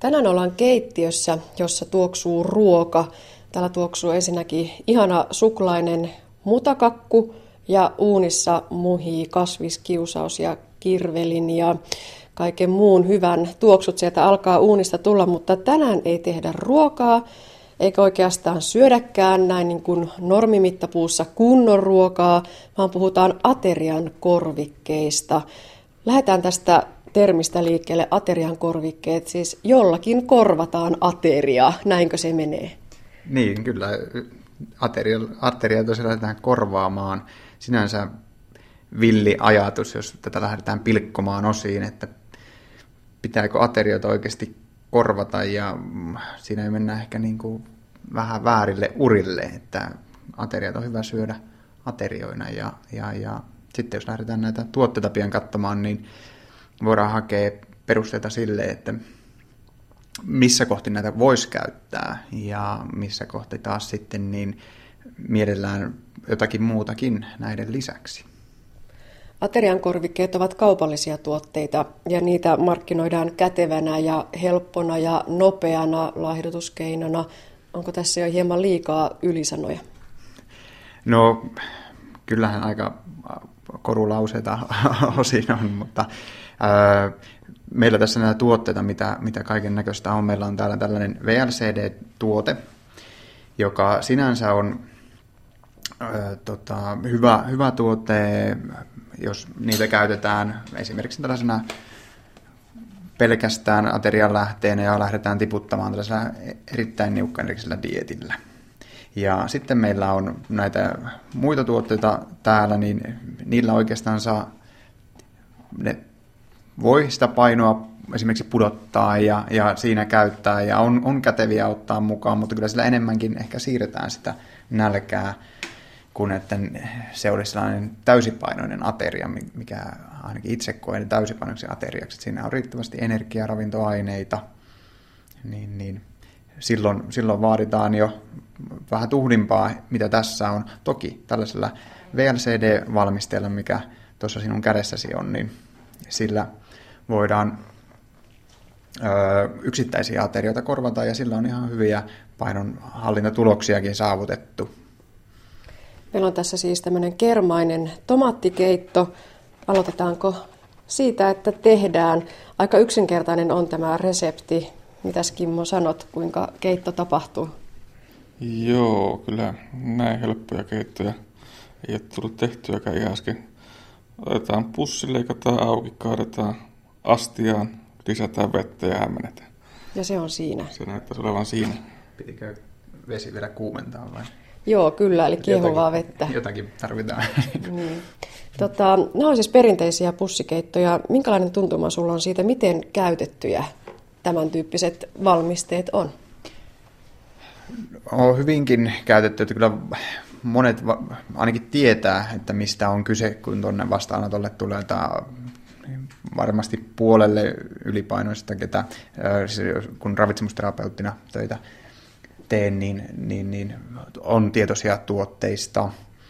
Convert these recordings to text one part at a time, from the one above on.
Tänään ollaan keittiössä, jossa tuoksuu ruoka. Täällä tuoksuu ensinnäkin ihana suklainen mutakakku ja uunissa muhii kasviskiusaus ja kirvelin ja kaiken muun hyvän tuoksut sieltä alkaa uunista tulla, mutta tänään ei tehdä ruokaa eikä oikeastaan syödäkään näin niin kuin normimittapuussa kunnon ruokaa, vaan puhutaan aterian korvikkeista. Lähdetään tästä termistä liikkeelle, aterian korvikkeet, siis jollakin korvataan ateria, näinkö se menee? Niin, kyllä. Ateria tosiaan lähdetään korvaamaan. Sinänsä villi ajatus, jos tätä lähdetään pilkkomaan osiin, että pitääkö aterioita oikeasti korvata, ja siinä ei mennä ehkä niin kuin vähän väärille urille, että ateriat on hyvä syödä aterioina, ja sitten jos lähdetään näitä tuotteita pian katsomaan, niin voidaan hakea perusteita sille, että missä kohti näitä voisi käyttää ja missä kohti taas sitten niin mielellään jotakin muutakin näiden lisäksi. Aterian korvikkeet ovat kaupallisia tuotteita ja niitä markkinoidaan kätevänä ja helppona ja nopeana laihdutuskeinona. Onko tässä jo hieman liikaa ylisanoja? No, kyllähän aika korulauseita osin on, mutta meillä tässä näitä tuotteita, mitä kaiken näköistä on. Meillä on täällä tällainen VLCD-tuote, joka sinänsä on hyvä tuote, jos niitä käytetään esimerkiksi tällaisena pelkästään aterian lähteenä ja lähdetään tiputtamaan tällaisella erittäin niukkaenergisellä dietillä. Ja sitten meillä on näitä muita tuotteita täällä, niin niillä oikeastaan ne voi sitä painoa esimerkiksi pudottaa ja siinä käyttää ja on käteviä ottaa mukaan, mutta kyllä sillä enemmänkin ehkä siirretään sitä nälkää, kun että se olisi sellainen täysipainoinen ateria, mikä ainakin itse koen täysipainoiseksi ateriaksi. Että siinä on riittävästi energiaa, ravintoaineita, niin silloin vaaditaan jo vähän tuhdimpaa, mitä tässä on. Toki tällaisella VLCD-valmisteella, mikä tuossa sinun kädessäsi on, niin sillä voidaan yksittäisiä aterioita korvata, ja sillä on ihan hyviä painonhallintatuloksiakin saavutettu. Meillä on tässä siis tämmöinen kermainen tomaattikeitto. Aloitetaanko siitä, että tehdään? Aika yksinkertainen on tämä resepti. Mitäs Kimmo sanot, kuinka keitto tapahtuu? Joo, kyllä näin helppoja keittoja ei ole tullut tehtyäkään ihan äsken. Otetaan pussi, leikataan auki, kaadetaan astiaan, lisätään vettä ja hämmennetään. Ja se on siinä. Se näyttäisi olevan siinä. Pitikö vesi vielä kuumentaa vai? Joo, kyllä, eli kiehuvaa vettä. Jotakin tarvitaan. Niin. Nämä on siis perinteisiä pussikeittoja. Minkälainen tuntuma sulla on siitä, miten käytettyjä tämän tyyppiset valmisteet on? On hyvinkin käytetty, että kyllä monet ainakin tietää, että mistä on kyse, kun tuonne vastaanotolle tulee varmasti puolelle ylipainoista, kun ravitsemusterapeuttina töitä teen, niin on tietoisia tuotteista.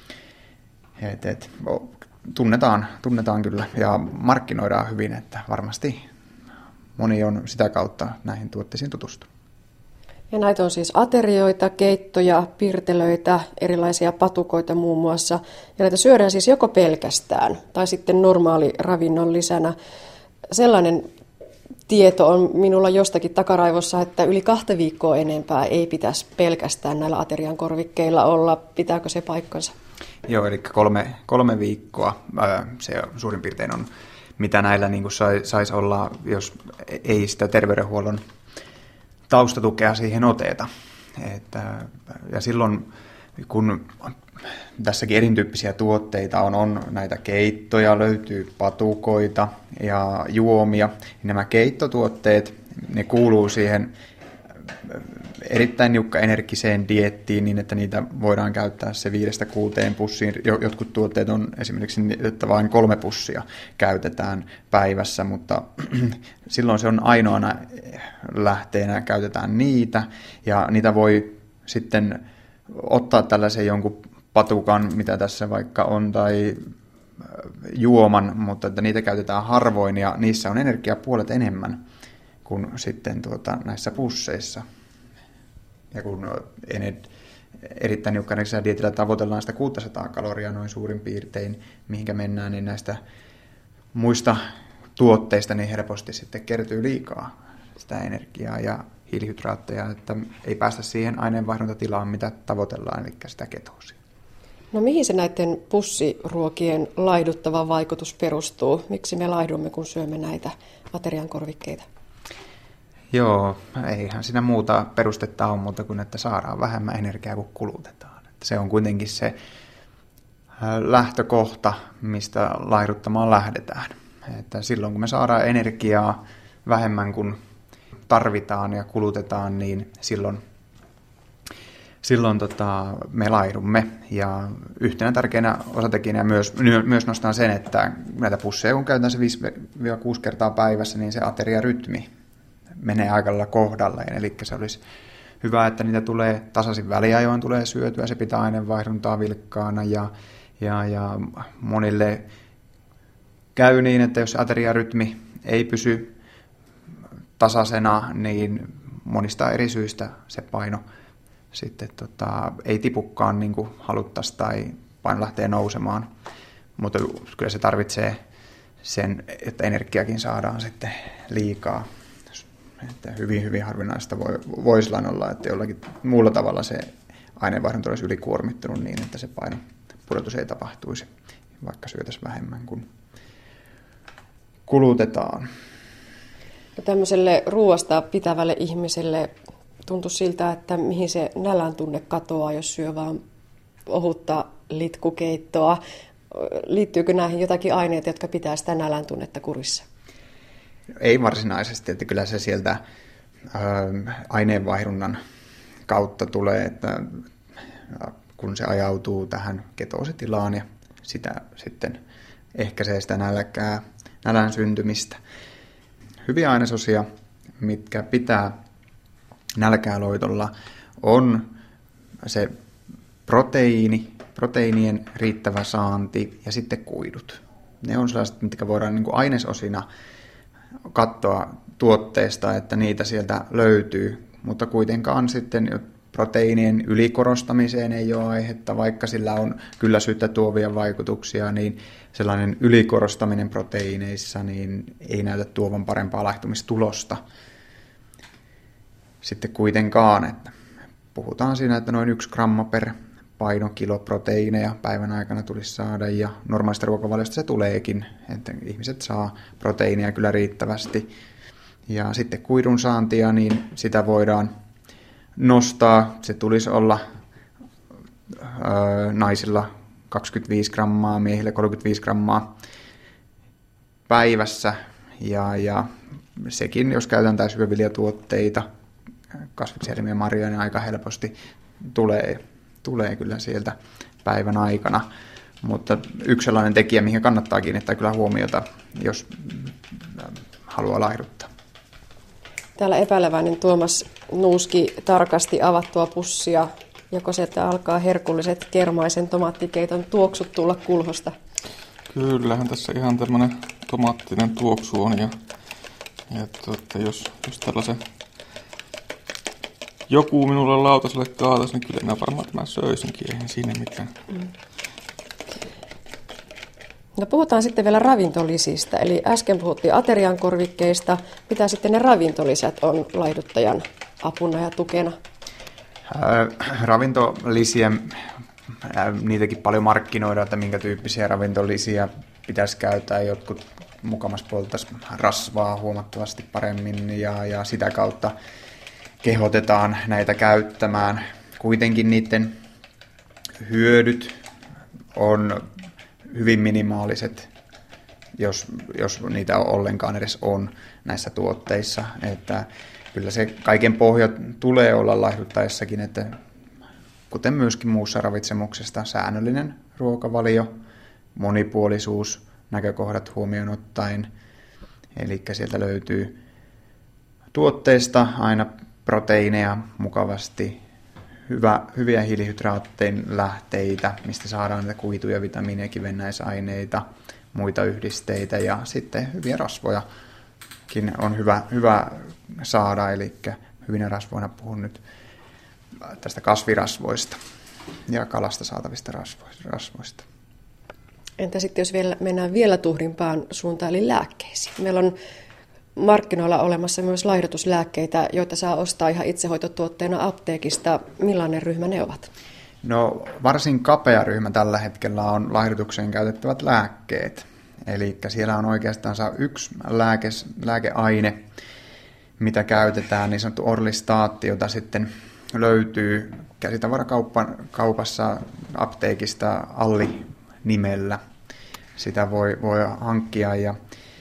Tunnetaan kyllä ja markkinoidaan hyvin, että varmasti moni on sitä kautta näihin tuotteisiin tutustunut. Ja näitä on siis aterioita, keittoja, pirtelöitä, erilaisia patukoita muun muassa. Ja näitä syödään siis joko pelkästään tai sitten normaali ravinnon lisänä. Sellainen tieto on minulla jostakin takaraivossa, että yli 2 viikkoa enempää ei pitäisi pelkästään näillä aterian korvikkeilla olla. Pitääkö se paikkansa? Joo, eli 3 viikkoa se suurin piirtein on, mitä näillä niin kuin saisi olla, jos ei sitä terveydenhuollon taustatukea siihen oteta. Ja silloin, kun tässäkin erityyppisiä tuotteita on näitä keittoja, löytyy patukoita ja juomia, niin nämä keittotuotteet, ne kuuluu siihen erittäin niukkaenergiseen dieettiin niin, että niitä voidaan käyttää se 5-6 pussiin. Jotkut tuotteet on esimerkiksi, että vain 3 pussia käytetään päivässä, mutta silloin se on ainoana lähteenä, käytetään niitä, ja niitä voi sitten ottaa tällaisen jonkun patukan, mitä tässä vaikka on, tai juoman, mutta että niitä käytetään harvoin, ja niissä on energiaa puolet enemmän kuin sitten näissä pusseissa. Ja kun erittäin niukkaneksellä dietillä tavoitellaan sitä 600 kaloria noin suurin piirtein, mihinkä mennään, niin näistä muista tuotteista niin helposti sitten kertyy liikaa sitä energiaa ja hiilihydraatteja, että ei päästä siihen aineenvaihduntatilaan, mitä tavoitellaan, eli sitä ketoosia. No mihin se näiden pussiruokien laihduttava vaikutus perustuu? Miksi me laihdumme, kun syömme näitä ateriankorvikkeita? Joo, eihän siinä muuta perustetta ole muuta kuin, että saadaan vähemmän energiaa kuin kulutetaan. Että se on kuitenkin se lähtökohta, mistä laihduttamaan lähdetään. Että silloin kun me saadaan energiaa vähemmän kuin tarvitaan ja kulutetaan, niin silloin me laihdumme. Ja yhtenä tärkeänä osatekijänä myös nostan sen, että näitä pusseja kun käytetään se 5-6 kertaa päivässä, niin se ateriarytmi menee aika lailla kohdalleen. Eli se olisi hyvä, että niitä tulee tasaisin väliajoin tulee syötyä, se pitää aineenvaihduntaa vilkkaana ja monille käy niin, että jos ateriarytmi ei pysy tasaisena, niin monista eri syistä se paino sitten ei tipukaan niin kuin haluttaisiin tai paino lähtee nousemaan. Mutta kyllä se tarvitsee sen, että energiakin saadaan sitten liikaa. Että hyvin, hyvin harvinaista voisi olla, että jollakin muulla tavalla se aineenvaihdunta olisi ylikuormittunut niin, että se painon pudotus ei tapahtuisi, vaikka syötäisiin vähemmän kuin kulutetaan. Ja tämmöiselle ruoasta pitävälle ihmiselle tuntuu siltä, että mihin se nälän tunne katoaa, jos syö vaan ohutta litkukeittoa. Liittyykö näihin jotakin aineita, jotka pitää sitä nälän tunnetta kurissa? Ei varsinaisesti, että kyllä se sieltä aineenvaihdunnan kautta tulee, että kun se ajautuu tähän ketoositilaan ja sitä sitten ehkäisee sitä nälän syntymistä. Hyviä ainesosia, mitkä pitää nälkää loitolla, on se proteiinien riittävä saanti ja sitten kuidut. Ne on sellaiset, mitkä voidaan niin kuin ainesosina katsoa tuotteesta, että niitä sieltä löytyy, mutta kuitenkaan sitten proteiinien ylikorostamiseen ei ole aihetta, vaikka sillä on kylläisyyttä tuovia vaikutuksia, niin sellainen ylikorostaminen proteiineissa niin ei näytä tuovan parempaa laihtumistulosta. Sitten kuitenkaan, että puhutaan siinä, että noin 1 gramma per painokilo proteiineja päivän aikana tulisi saada, ja normaalista ruokavaliosta se tuleekin, että ihmiset saa proteiineja kyllä riittävästi. Ja sitten kuidun saantia, niin sitä voidaan nostaa. Se tulisi olla naisilla 25 grammaa, miehillä 35 grammaa päivässä. Ja sekin, jos käytetään syöviljatuotteita, kasviksia, marjoja, niin aika helposti tulee kyllä sieltä päivän aikana. Mutta yksi sellainen tekijä, mihin kannattaa kiinnittää kyllä huomiota, jos haluaa laihduttaa. Täällä epäileväinen Tuomas nuuski tarkasti avattua pussia. Joko sieltä alkaa herkulliset kermaisen tomaattikeiton tuoksut tulla kulhosta? Kyllähän tässä ihan tämmöinen tomaattinen tuoksu on. Ja jos tällaisen joku minulle lautaselle kaataisi, niin kyllä minä varmaan tämän söisinkin, eihän siinä mitään. No puhutaan sitten vielä ravintolisistä. Eli äsken puhuttiin ateriankorvikkeista. Mitä sitten ne ravintolisät on laihduttajan apuna ja tukena? Ravintolisiä, niitäkin paljon markkinoidaan, että minkä tyyppisiä ravintolisiä pitäisi käyttää. Jotkut mukamas polttaisi rasvaa huomattavasti paremmin ja sitä kautta kehotetaan näitä käyttämään. Kuitenkin niiden hyödyt on hyvin minimaaliset, jos niitä ollenkaan edes on näissä tuotteissa. Että kyllä se kaiken pohja tulee olla laihduttaessakin, että kuten myöskin muussa ravitsemuksesta, säännöllinen ruokavalio, monipuolisuus, näkökohdat huomioon ottaen. Eli sieltä löytyy tuotteista aina proteiineja mukavasti, hyviä hiilihydraattein lähteitä, mistä saadaan näitä kuituja, vitamiineja, kivennäisaineita, muita yhdisteitä ja sitten hyviä rasvojakin on hyvä saada, eli hyvinä rasvoina puhun nyt tästä kasvirasvoista ja kalasta saatavista rasvoista. Entä sitten, jos mennään vielä tuhdimpaan suuntaan, eli lääkkeisiin? Meillä on markkinoilla olemassa myös laihdutuslääkkeitä, joita saa ostaa ihan itsehoitotuotteena apteekista. Millainen ryhmä ne ovat? No varsin kapea ryhmä tällä hetkellä on laihdutukseen käytettävät lääkkeet. Eli siellä on oikeastaan yksi lääkeaine, mitä käytetään, niin sanottu orlistaatti, jota sitten löytyy käsitavarakaupassa apteekista Alli-nimellä. Sitä voi hankkia ja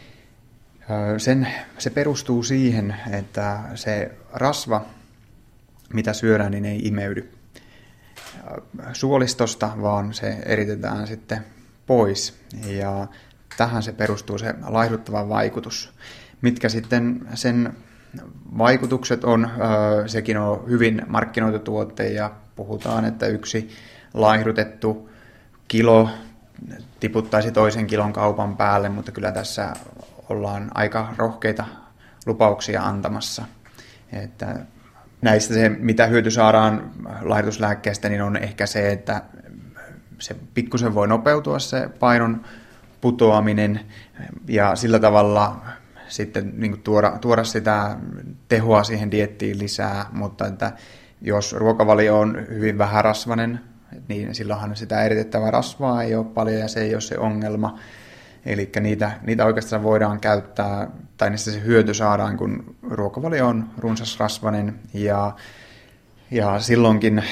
se perustuu siihen, että se rasva, mitä syödään, niin ei imeydy suolistosta, vaan se eritetään sitten pois. Ja tähän se perustuu se laihduttava vaikutus. Mitkä sitten sen vaikutukset on, sekin on hyvin markkinoitu tuote ja puhutaan, että yksi laihdutettu kilo tiputtaisi toisen kilon kaupan päälle, mutta kyllä tässä ollaan aika rohkeita lupauksia antamassa. Että näistä se, mitä hyöty saadaan laihdutuslääkkeestä, niin on ehkä se, että se pikkusen voi nopeutua se painon putoaminen ja sillä tavalla sitten niin tuoda sitä tehoa siihen dieettiin lisää, mutta että jos ruokavalio on hyvin vähärasvainen, niin silloinhan sitä eritettävää rasvaa ei ole paljon ja se ei ole se ongelma. Eli niitä oikeastaan voidaan käyttää, tai niistä se hyöty saadaan, kun ruokavalio on runsasrasvainen ja silloinkin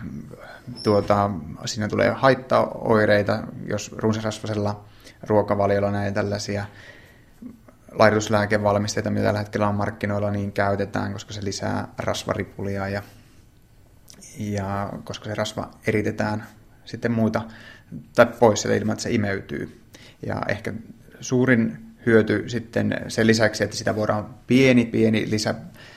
siinä tulee haittaoireita, jos runsasrasvaisella ruokavaliolla näin tällaisia laihdutuslääkevalmisteita, mitä tällä hetkellä on markkinoilla, niin käytetään, koska se lisää rasvaripulia ja koska se rasva eritetään sitten muita tai pois sieltä ilman, että se imeytyy. Ja ehkä suurin hyöty sitten sen lisäksi, että sitä voidaan pieni lisä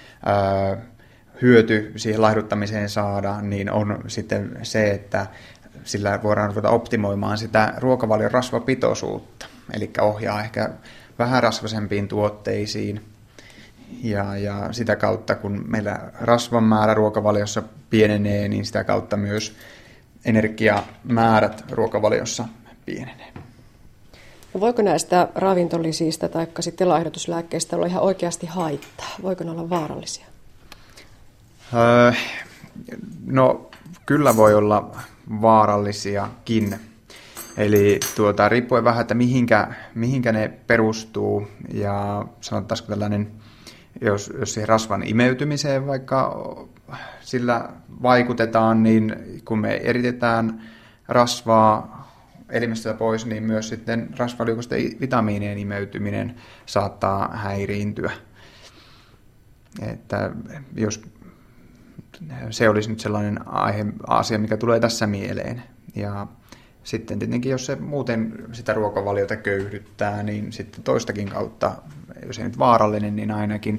hyöty siihen laihduttamiseen saada, niin on sitten se, että sillä voidaan ruveta optimoimaan sitä ruokavalion rasvapitoisuutta, eli ohjaa ehkä vähän rasvaisempiin tuotteisiin. Ja sitä kautta, kun meillä rasvan määrä ruokavaliossa pienenee, niin sitä kautta myös energiamäärät ruokavaliossa pienenee. No voiko näistä ravintolisistä tai sitten laihdutuslääkkeistä olla ihan oikeasti haittaa? Voiko ne olla vaarallisia? No kyllä voi olla vaarallisiakin. Eli riippuen vähän, että mihinkä ne perustuu ja sanottaisiko tällainen, jos siihen rasvan imeytymiseen vaikka sillä vaikutetaan, niin kun me eritetään rasvaa elimistöstä pois, niin myös sitten rasvaliukoisten vitamiinien imeytyminen saattaa häiriintyä. Että jos se olisi nyt sellainen asia, mikä tulee tässä mieleen. Ja sitten tietenkin, jos se muuten sitä ruokavaliota köyhdyttää, niin sitten toistakin kautta, jos ei nyt vaarallinen, niin ainakin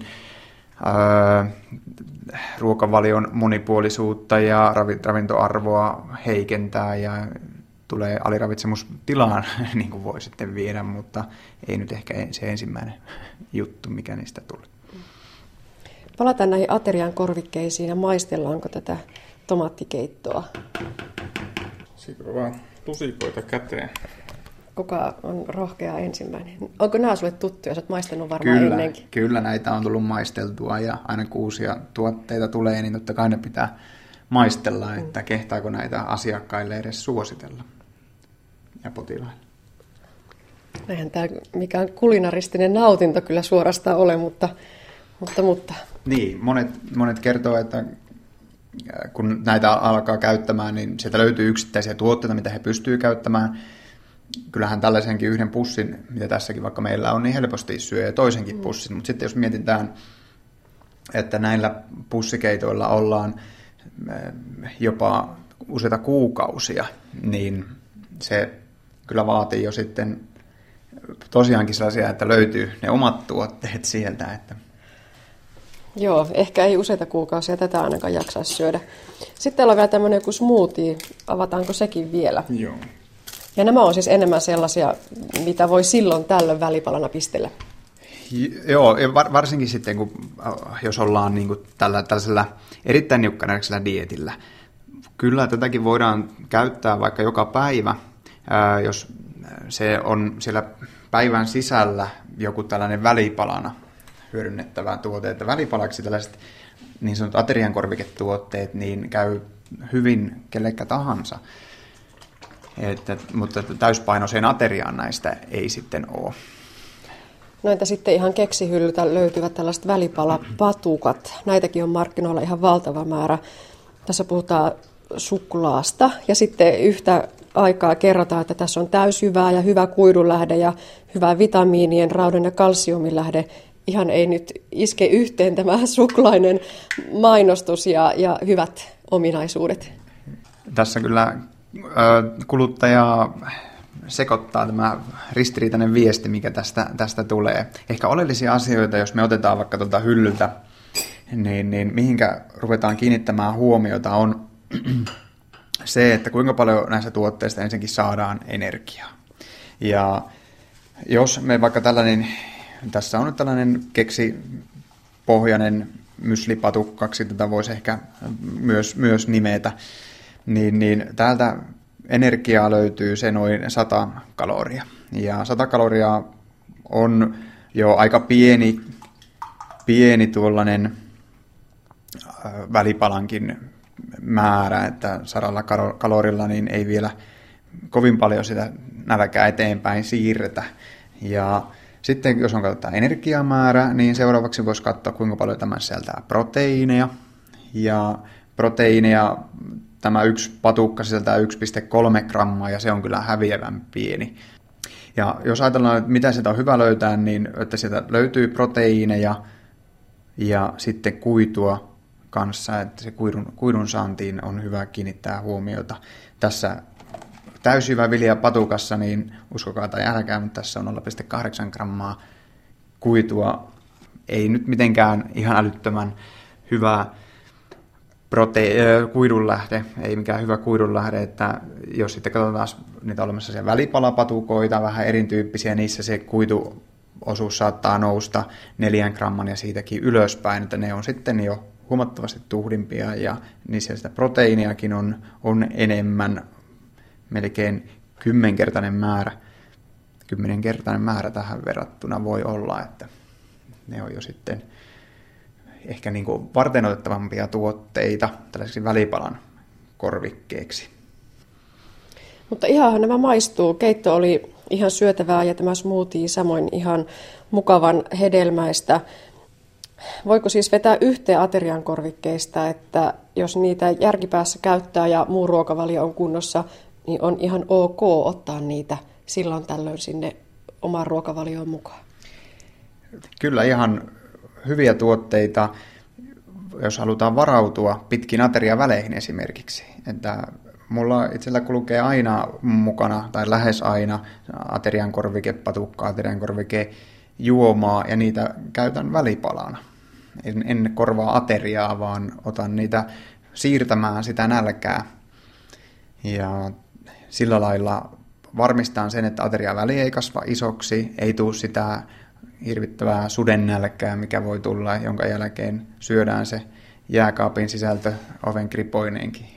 ruokavalion monipuolisuutta ja ravintoarvoa heikentää ja tulee aliravitsemustilaan, niin kuin voi sitten viedä, mutta ei nyt ehkä se ensimmäinen juttu, mikä niistä tuli. Palataan näihin aterian korvikkeisiin ja maistellaanko tätä tomaattikeittoa? Sitten vaan tusikoita käteen. Kuka on rohkea ensimmäinen? Onko nämä sulle tuttuja? Sä oot maistanut varmaan ennenkin. Kyllä näitä on tullut maisteltua ja aina kun uusia tuotteita tulee, niin totta kai ne pitää maistella, että kehtaako näitä asiakkaille edes suositella ja potilaille. Eihän tämä mikään kulinaristinen nautinto kyllä suorastaan ole, mutta. Niin, monet kertoo, että kun näitä alkaa käyttämään, niin sieltä löytyy yksittäisiä tuotteita, mitä he pystyvät käyttämään. Kyllähän tällaisenkin yhden pussin, mitä tässäkin vaikka meillä on, niin helposti syö toisenkin pussin. Mutta sitten jos mietitään, että näillä pussikeitoilla ollaan jopa useita kuukausia, niin se kyllä vaatii jo sitten tosiaankin sellaisia, että löytyy ne omat tuotteet sieltä. Että Joo, ehkä ei useita kuukausia tätä ainakaan jaksaisi syödä. Sitten täällä on vielä tämmöinen joku smoothie. Avataanko sekin vielä? Joo. Ja nämä on siis enemmän sellaisia, mitä voi silloin tällöin välipalana pistellä. Joo, varsinkin sitten, jos ollaan niin kuin tällaisella erittäin niukkanäköisellä dietillä. Kyllä tätäkin voidaan käyttää vaikka joka päivä, jos se on siellä päivän sisällä joku tällainen välipalana hyödynnettävä tuote. Että välipalaksi tällaiset niin sanotut ateriankorviketuotteet niin käy hyvin kellekä tahansa. Mutta täyspainoiseen ateriaan näistä ei sitten ole. No entä sitten ihan keksihyllyltä löytyvät tällaiset välipalapatukat. Näitäkin on markkinoilla ihan valtava määrä. Tässä puhutaan suklaasta ja sitten yhtä aikaa kerrotaan, että tässä on täysjyvää ja hyvä kuidunlähde ja hyvä vitamiinien, raudan ja kalsiumin lähde. Ihan ei nyt iske yhteen tämä suklainen mainostus ja hyvät ominaisuudet. Tässä kyllä kuluttaja sekoittaa tämä ristiriitainen viesti, mikä tästä tulee. Ehkä oleellisia asioita, jos me otetaan vaikka tuolta hyllyltä, niin mihinkä ruvetaan kiinnittämään huomiota on se, että kuinka paljon näistä tuotteista ensinnäkin saadaan energiaa. Ja jos me vaikka tässä on nyt tällainen keksipohjainen myslipatukkaksi, tätä voisi ehkä myös nimetä, niin täältä energiaa löytyy se noin 100 kaloria. Ja 100 kaloria on jo aika pieni tuollainen välipalankin määrä, että 100 kalorilla niin ei vielä kovin paljon sitä nälkää eteenpäin siirretä. Ja sitten jos on katsotaan energiamäärä, niin seuraavaksi voisi katsoa, kuinka paljon tämä sisältää proteiineja. Ja proteiineja tämä yksi patukka sisältää 1,3 grammaa ja se on kyllä häviävän pieni. Ja jos ajatellaan, että mitä sieltä on hyvä löytää, niin että sieltä löytyy proteiineja ja sitten kuitua kanssa, että se kuidun saantiin on hyvä kiinnittää huomiota. Tässä täysjyvä viljapatukassa, niin uskokaa tai älkää, mutta tässä on 0,8 grammaa kuitua. Ei nyt mitenkään ihan älyttömän hyvä kuidunlähde, ei mikään hyvä kuidunlähde, että jos sitten katsotaan niitä olemassa siellä välipalapatukoita, vähän erityyppisiä, niissä se kuituosuus saattaa nousta 4 gramman ja siitäkin ylöspäin, että ne on sitten jo huomattavasti tuhdimpia ja niissä sitä proteiiniakin on enemmän, melkein 10-kertainen määrä tähän verrattuna voi olla, että ne on jo sitten ehkä niin kuin varteenotettavampia tuotteita tällaiseksi välipalan korvikkeeksi. Mutta ihanhan nämä maistuu. Keitto oli ihan syötävää ja tämä smoothie samoin ihan mukavan hedelmäistä. Voiko siis vetää yhteen aterian korvikkeista, että jos niitä järkipäässä käyttää ja muu ruokavalio on kunnossa, niin on ihan ok ottaa niitä silloin tällöin sinne omaan ruokavalioon mukaan? Kyllä ihan hyviä tuotteita, jos halutaan varautua pitkin ateriaväleihin esimerkiksi. Että mulla itsellä kulkee aina mukana, tai lähes aina, aterian korvikepatukka, aterian korvikejuomaa, ja niitä käytän välipalana. En korvaa ateriaa, vaan otan niitä siirtämään sitä nälkää. Ja sillä lailla varmistan sen, että ateriaväli ei kasva isoksi, ei tule sitä hirvittävää sudennälkää, mikä voi tulla, jonka jälkeen syödään se jääkaapin sisältö oven kripoineenkin.